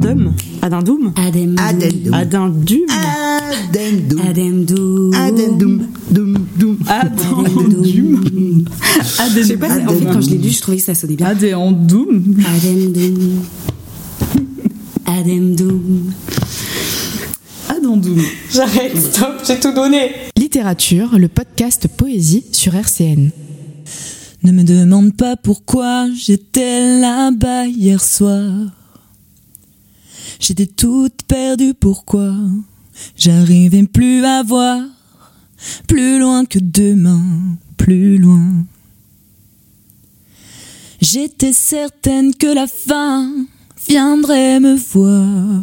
Addendum. Addendum. Addendum. Addendum. Addendum. Addendum. Addendum. Addendum. Je sais pas, en fait, quand je l'ai lu, je trouvais que ça sonnait bien. Addendum. Addendum. Addendum. Addendum. J'arrête, stop, j'ai tout donné. Littérature, le podcast Poésie sur RCN. Ne me demande pas pourquoi j'étais là-bas hier soir. J'étais toute perdue, pourquoi j'arrivais plus à voir. Plus loin que demain, plus loin. J'étais certaine que la fin viendrait me voir.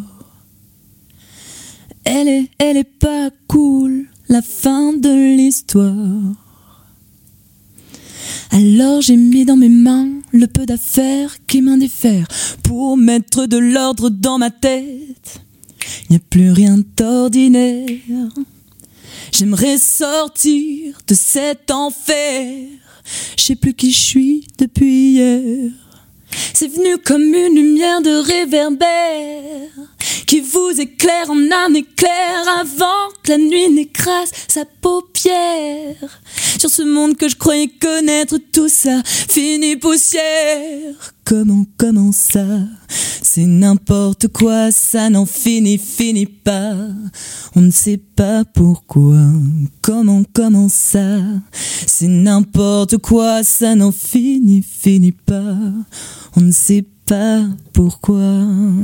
Elle est pas cool, la fin de l'histoire. Alors j'ai mis dans mes mains le peu d'affaires qui m'indiffèrent pour mettre de l'ordre dans ma tête. Il n'y a plus rien d'ordinaire. J'aimerais sortir de cet enfer. Je sais plus qui je suis depuis hier. C'est venu comme une lumière de réverbère qui vous éclaire en un éclair avant que la nuit n'écrase sa paupière. Sur ce monde que je croyais connaître, tout ça finit poussière. Comment ça? C'est n'importe quoi, ça n'en finit pas. On ne sait pas pourquoi. Comment ça? C'est n'importe quoi, ça n'en finit pas. On ne sait pas pourquoi.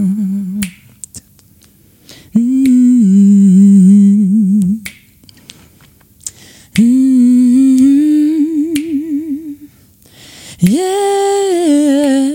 Yeah.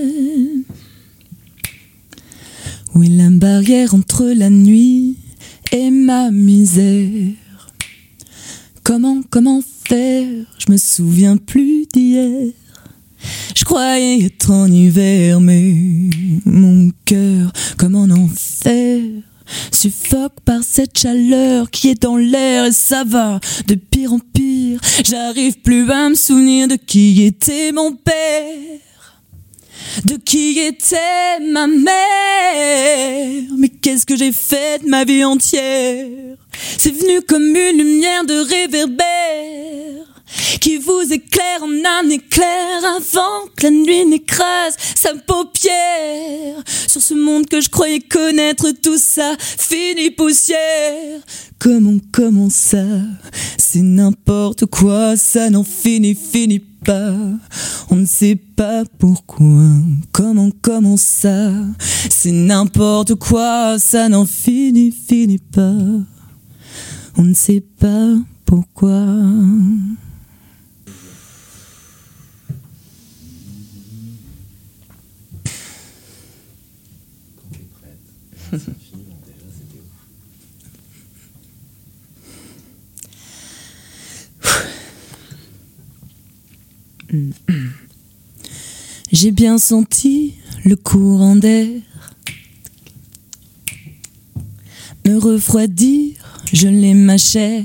Où est la barrière entre la nuit et ma misère? Comment faire? Je me souviens plus d'hier. Je croyais être en hiver, mais mon cœur, comme en enfer, suffoque par cette chaleur qui est dans l'air et ça va de pire en pire. J'arrive plus à me souvenir de qui était mon père, de qui était ma mère. Mais qu'est-ce que j'ai fait de ma vie entière? C'est venu comme une lumière de réverbère qui vous éclaire en un éclair avant que la nuit n'écrase sa paupière. Sur ce monde que je croyais connaître, tout ça finit poussière. Comment ça? C'est n'importe quoi, ça n'en finit pas. On ne sait pas pourquoi. Comment ça? C'est n'importe quoi, ça n'en finit pas. On ne sait pas pourquoi. J'ai bien senti le courant d'air me refroidir, geler ma chair.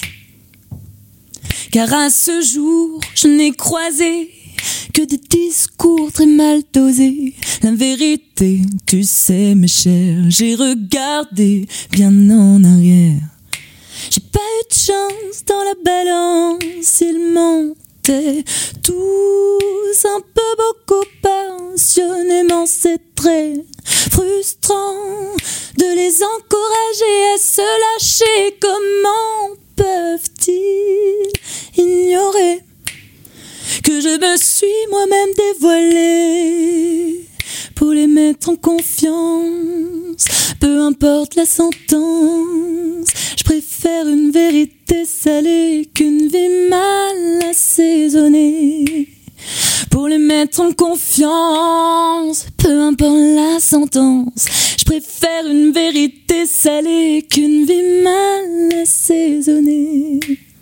Car à ce jour, je n'ai croisé que des discours très mal dosés. La vérité, tu sais, mes chers, j'ai regardé bien en arrière. J'ai pas eu de chance dans la balance, ils montaient tous un peu beaucoup passionnément. C'est très frustrant de les encourager à se lâcher. Comment peuvent-ils ignorer que je me suis moi-même dévoilée pour les mettre en confiance? Peu importe la sentence, je préfère une vérité salée qu'une vie mal assaisonnée. Pour les mettre en confiance, peu importe la sentence, je préfère une vérité salée qu'une vie mal assaisonnée.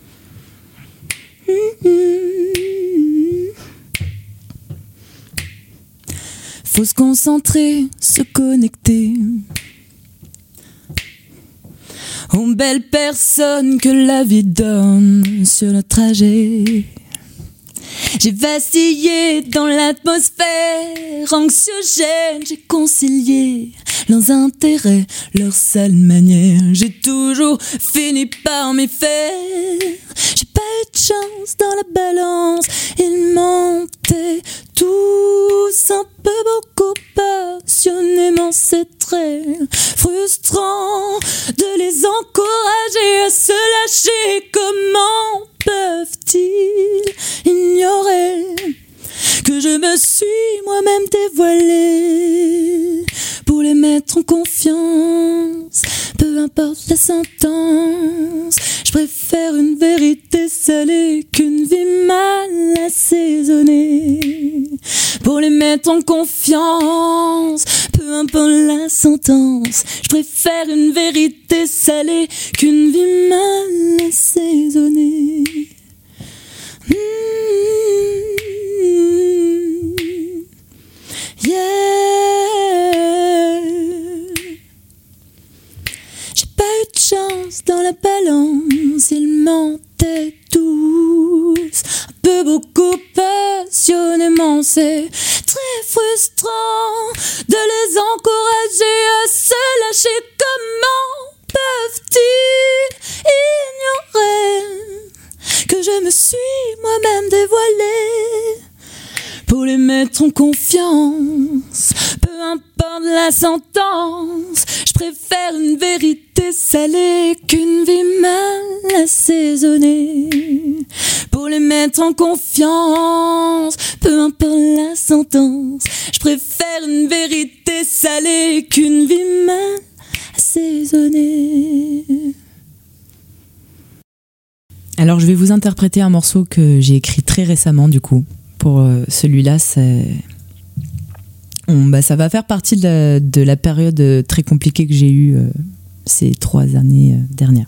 Faut se concentrer, se connecter aux belles personnes que la vie donne sur le trajet. J'ai vacillé dans l'atmosphère anxiogène, j'ai concilié leurs intérêts, leurs sales manières. J'ai toujours fini par m'y faire. J'ai pas eu de chance dans la balance. Ils montaient tous un peu beaucoup passionnément. C'est très frustrant de les encourager à se lâcher. Comment peuvent-ils ignorer que je me suis moi-même dévoilée pour les mettre en confiance? Peu importe la sentence, je préfère une vérité salée qu'une vie mal assaisonnée. Pour les mettre en confiance, peu importe la sentence, je préfère une vérité salée qu'une vie mal assaisonnée. Yeah. J'ai pas eu de chance dans la balance, ils mentaient tous un peu beaucoup passionnément. C'est très frustrant de les encourager à se lâcher. Comment peuvent-ils ignorer que je me suis moi-même dévoilée pour les mettre en confiance? Peu importe la sentence, je préfère une vérité salée qu'une vie mal assaisonnée. Pour les mettre en confiance, peu importe la sentence, je préfère une vérité salée qu'une vie mal assaisonnée. Alors je vais vous interpréter un morceau que j'ai écrit très récemment du coup. Pour celui-là, ça va faire partie de la période très compliquée que j'ai eue ces 3 années dernières.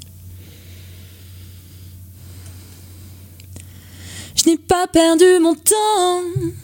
Je n'ai pas perdu mon temps.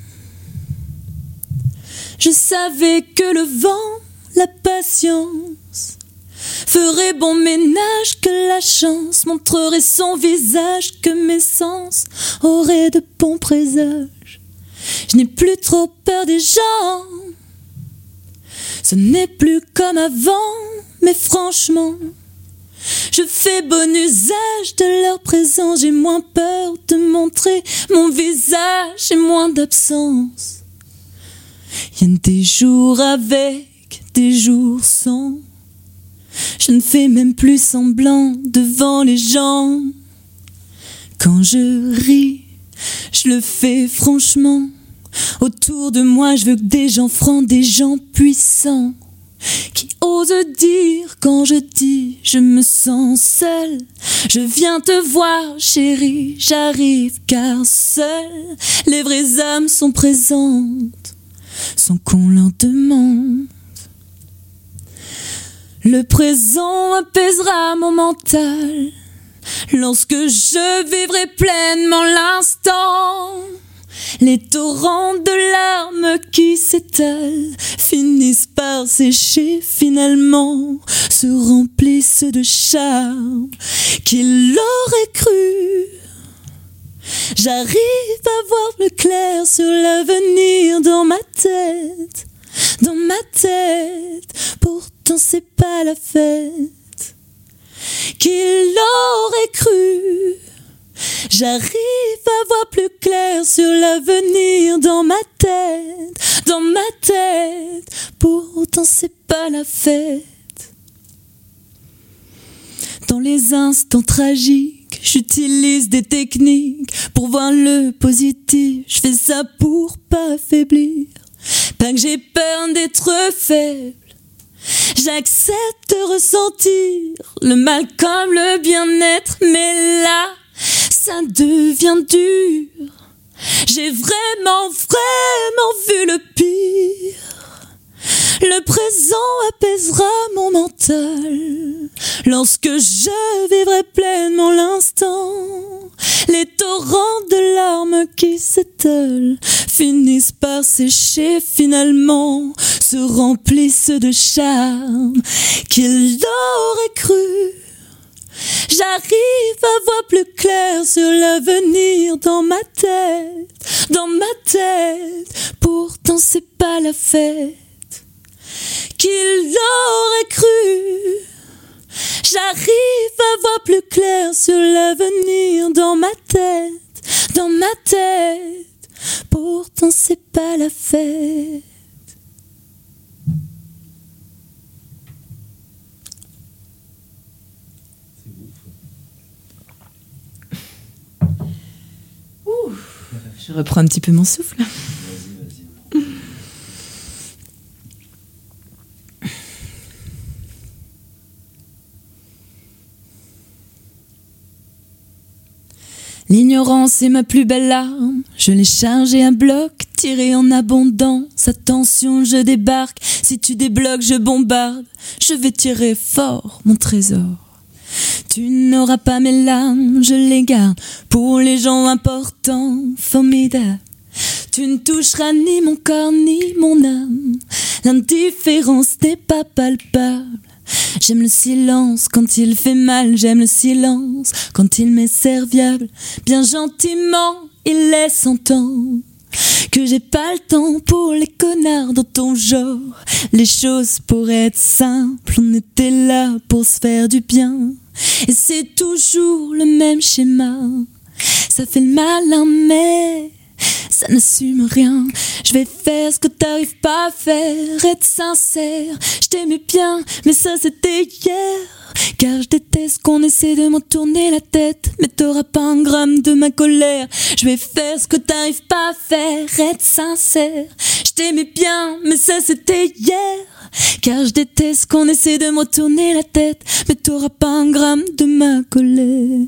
Je savais que le vent, la patience ferait bon ménage, que la chance montrerait son visage, que mes sens auraient de bons présages. Je n'ai plus trop peur des gens. Ce n'est plus comme avant, mais franchement, je fais bon usage de leur présence. J'ai moins peur de montrer mon visage, j'ai moins d'absence. Il y a des jours avec, des jours sans. Je ne fais même plus semblant devant les gens. Quand je ris, je le fais franchement. Autour de moi, je veux que des gens francs, des gens puissants, qui osent dire quand je dis je me sens seule. Je viens te voir, chérie, j'arrive, car seules les vraies âmes sont présentes, sans qu'on leur demande. Le présent apaisera mon mental lorsque je vivrai pleinement l'instant. Les torrents de larmes qui s'étalent finissent par sécher, finalement se remplissent de charme. Qui l'aurait cru? J'arrive à voir plus clair sur l'avenir dans ma tête, dans ma tête. Pourtant c'est pas la fête. Qui l'aurait cru? J'arrive à voir plus clair sur l'avenir dans ma tête, dans ma tête. Pourtant c'est pas la fête. Dans les instants tragiques, j'utilise des techniques pour voir le positif. Je fais ça pour pas affaiblir, pas que j'ai peur d'être faible. J'accepte de ressentir le mal comme le bien-être, mais là, ça devient dur. J'ai vraiment vu le pire. Le présent apaisera mon mental lorsque je vivrai pleinement l'instant. Les torrents de larmes qui s'étalent finissent par sécher, finalement se remplissent de charme. Qui l'aurait cru? J'arrive à voir plus clair sur l'avenir dans ma tête, dans ma tête. Pourtant c'est pas la fête. Qui l'aurait cru? J'arrive à voir plus clair sur l'avenir dans ma tête, dans ma tête. Pourtant c'est pas la fête. Je reprends un petit peu mon souffle. Vas-y. L'ignorance est ma plus belle arme. Je l'ai chargée à bloc, tirée en abondance. Attention, je débarque. Si tu débloques, je bombarde. Je vais tirer fort mon trésor. Tu n'auras pas mes larmes, je les garde pour les gens importants, formidables. Tu ne toucheras ni mon corps ni mon âme. L'indifférence n'est pas palpable. J'aime le silence quand il fait mal. J'aime le silence quand il m'est serviable. Bien gentiment, il laisse entendre que j'ai pas le temps pour les connards dans ton genre. Les choses pourraient être simples. On était là pour se faire du bien. Et c'est toujours le même schéma. Ça fait le malin mais ça n'assume rien. Je vais faire ce que t'arrives pas à faire. Être sincère, je t'aimais bien, mais ça c'était hier. Car je déteste qu'on essaie de m'en tourner la tête. Mais t'auras pas un gramme de ma colère. Je vais faire ce que t'arrives pas à faire. Être sincère, je t'aimais bien, mais ça c'était hier. Car je déteste qu'on essaie de m'en tourner la tête. Mais t'auras pas un gramme de ma colère.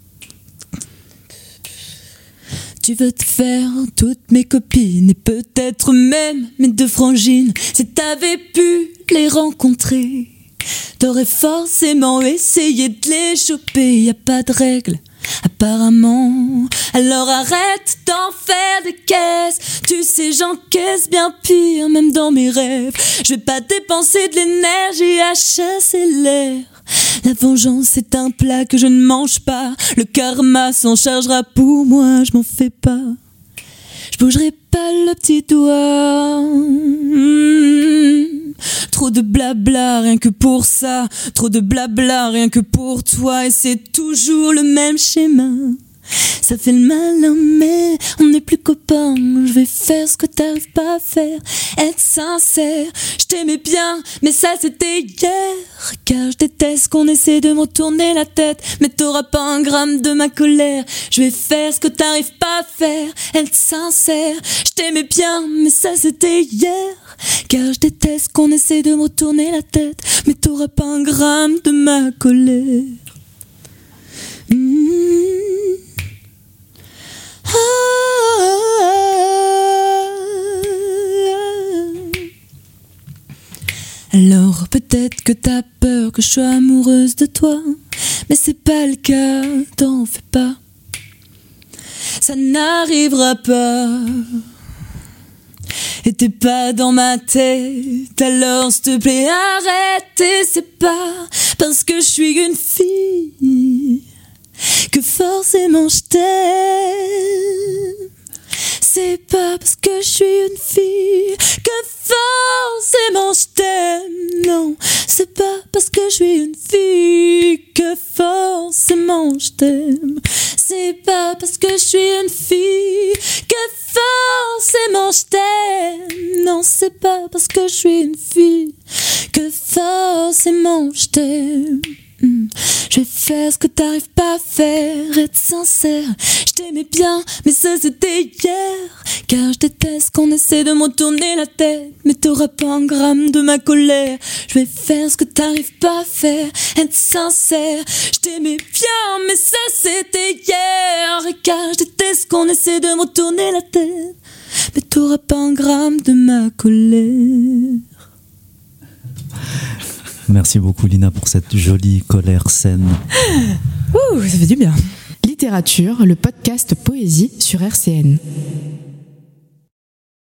Tu veux te faire toutes mes copines et peut-être même mes deux frangines. Si t'avais pu les rencontrer, t'aurais forcément essayé de les choper. Y a pas de règle, apparemment. Alors arrête d'en faire des caisses. Tu sais, j'encaisse bien pire, même dans mes rêves. Je vais pas dépenser de l'énergie à chasser l'air. La vengeance est un plat que je ne mange pas. Le karma s'en chargera pour moi, je m'en fais pas. Je bougerai pas le petit doigt. Trop de blabla rien que pour ça. Trop de blabla rien que pour toi. Et c'est toujours le même schéma. Ça fait le malin mais on n'est plus copains. Je vais faire ce que t'arrives pas à faire. Être sincère, je t'aimais bien, mais ça c'était hier. Car je déteste qu'on essaie de m'en tourner la tête. Mais t'auras pas un gramme de ma colère. Je vais faire ce que t'arrives pas à faire. Être sincère, je t'aimais bien, mais ça c'était hier. Car je déteste qu'on essaie de m'en tourner la tête. Mais t'auras pas un gramme de ma colère. Alors peut-être que t'as peur que je sois amoureuse de toi, mais c'est pas le cas, t'en fais pas. Ça n'arrivera pas. Et t'es pas dans ma tête, alors s'il te plaît arrête. Et c'est pas parce que je suis une fille que forcément je t'aime. C'est pas parce que je suis une fille que forcément je t'aime. Non, c'est pas parce que je suis une fille que forcément je t'aime. C'est pas parce que je suis une fille que forcément je t'aime. Non, c'est pas parce que je suis une fille que forcément je t'aime. Je vais faire ce que t'arrives pas à faire. Être sincère, je t'aimais bien, mais ça c'était hier. Car je déteste qu'on essaie de m'en tourner la tête. Mais t'auras pas un gramme de ma colère. Je vais faire ce que t'arrives pas à faire. Être sincère, je t'aimais bien, mais ça c'était hier. Car je déteste qu'on essaie de m'en tourner la tête. Mais t'auras pas un gramme de ma colère. Merci beaucoup Lina pour cette jolie colère saine. Ouh, ça fait du bien. Littérature, le podcast Poésie sur RCN.